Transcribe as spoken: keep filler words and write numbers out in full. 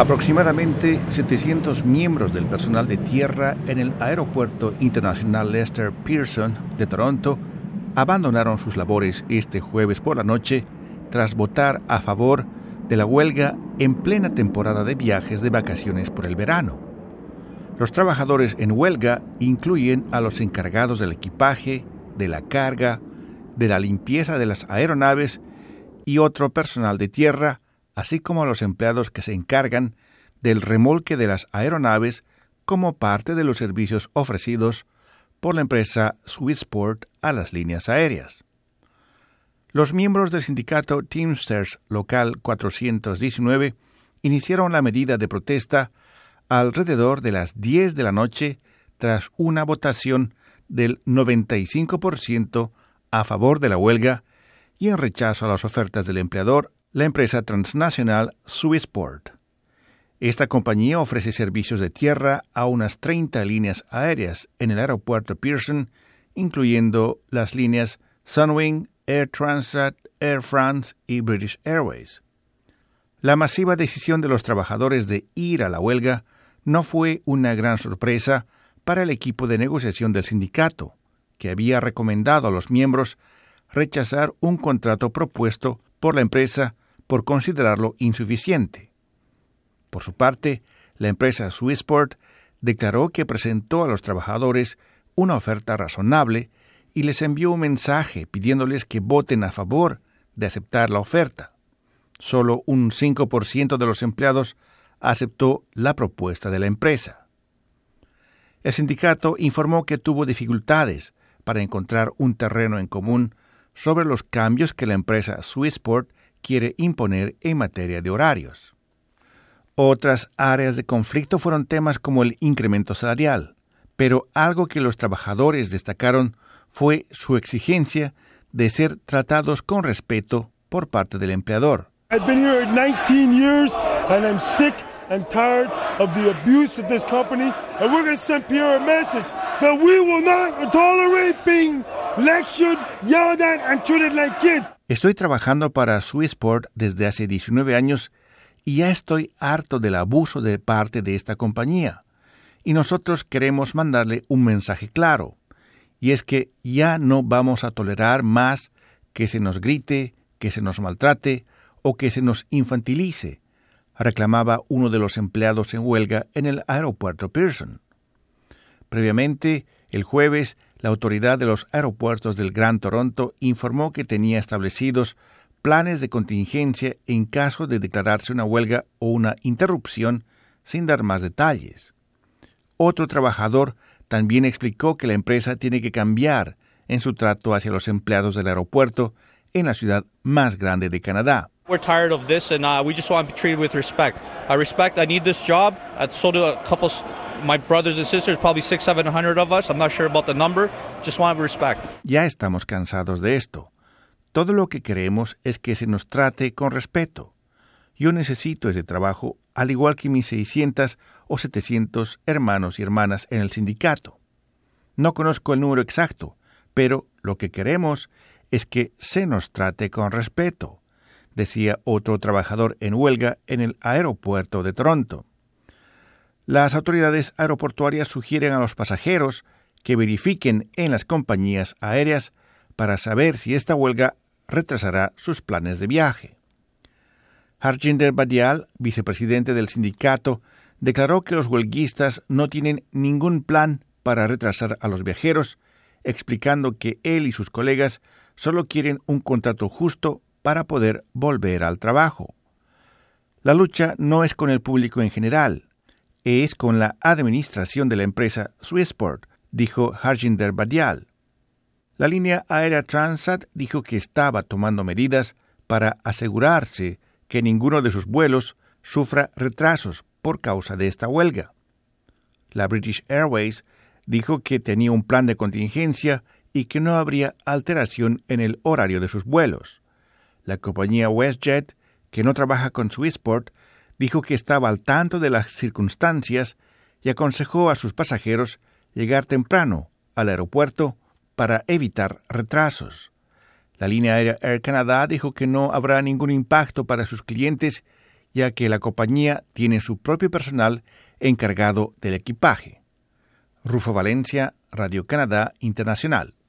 Aproximadamente setecientos miembros del personal de tierra en el Aeropuerto Internacional Lester Pearson de Toronto abandonaron sus labores este jueves por la noche tras votar a favor de la huelga en plena temporada de viajes de vacaciones por el verano. Los trabajadores en huelga incluyen a los encargados del equipaje, de la carga, de la limpieza de las aeronaves y otro personal de tierra, así como a los empleados que se encargan del remolque de las aeronaves como parte de los servicios ofrecidos por la empresa Swissport a las líneas aéreas. Los miembros del sindicato Teamsters Local cuatrocientos diecinueve iniciaron la medida de protesta alrededor de las diez de la noche tras una votación del noventa y cinco por ciento a favor de la huelga y en rechazo a las ofertas del empleador, la empresa transnacional Swissport. Esta compañía ofrece servicios de tierra a unas treinta líneas aéreas en el aeropuerto Pearson, incluyendo las líneas Sunwing, Air Transat, Air France y British Airways. La masiva decisión de los trabajadores de ir a la huelga no fue una gran sorpresa para el equipo de negociación del sindicato, que había recomendado a los miembros rechazar un contrato propuesto por la empresa por considerarlo insuficiente. Por su parte, la empresa Swissport declaró que presentó a los trabajadores una oferta razonable y les envió un mensaje pidiéndoles que voten a favor de aceptar la oferta. Solo un cinco por ciento de los empleados aceptó la propuesta de la empresa. El sindicato informó que tuvo dificultades para encontrar un terreno en común sobre los cambios que la empresa Swissport quiere imponer en materia de horarios. Otras áreas de conflicto fueron temas como el incremento salarial, pero algo que los trabajadores destacaron fue su exigencia de ser tratados con respeto por parte del empleador. I've been here nineteen years and I'm sick and tired of the abuse of this company, and we're going to send Pierre a message that we will not tolerate being lectured, yelled at and treated like kids. Estoy trabajando para Swissport desde hace diecinueve años y ya estoy harto del abuso de parte de esta compañía. Y nosotros queremos mandarle un mensaje claro, y es que ya no vamos a tolerar más que se nos grite, que se nos maltrate o que se nos infantilice, reclamaba uno de los empleados en huelga en el aeropuerto Pearson. Previamente, el jueves, la autoridad de los aeropuertos del Gran Toronto informó que tenía establecidos planes de contingencia en caso de declararse una huelga o una interrupción, sin dar más detalles. Otro trabajador también explicó que la empresa tiene que cambiar en su trato hacia los empleados del aeropuerto en la ciudad más grande de Canadá. We're tired of this, and uh, we just want to be treated with respect. I respect. I need this job. Uh, so do a couple, my brothers and sisters, probably six, seven hundred of us. I'm not sure about the number. Just want respect. Ya estamos cansados de esto. Todo lo que queremos es que se nos trate con respeto. Yo necesito ese trabajo, al igual que mis seiscientos o setecientos hermanos y hermanas en el sindicato. No conozco el número exacto, pero lo que queremos es que se nos trate con respeto, decía otro trabajador en huelga en el aeropuerto de Toronto. Las autoridades aeroportuarias sugieren a los pasajeros que verifiquen en las compañías aéreas para saber si esta huelga retrasará sus planes de viaje. Harjinder Badial, vicepresidente del sindicato, declaró que los huelguistas no tienen ningún plan para retrasar a los viajeros, explicando que él y sus colegas solo quieren un contrato justo para poder volver al trabajo. La lucha no es con el público en general, es con la administración de la empresa Swissport, dijo Harjinder Badial. La línea aérea Transat dijo que estaba tomando medidas para asegurarse que ninguno de sus vuelos sufra retrasos por causa de esta huelga. La British Airways dijo que tenía un plan de contingencia y que no habría alteración en el horario de sus vuelos. La compañía WestJet, que no trabaja con Swissport, dijo que estaba al tanto de las circunstancias y aconsejó a sus pasajeros llegar temprano al aeropuerto para evitar retrasos. La línea aérea Air Canada dijo que no habrá ningún impacto para sus clientes ya que la compañía tiene su propio personal encargado del equipaje. Rufo Valencia, Radio Canadá Internacional.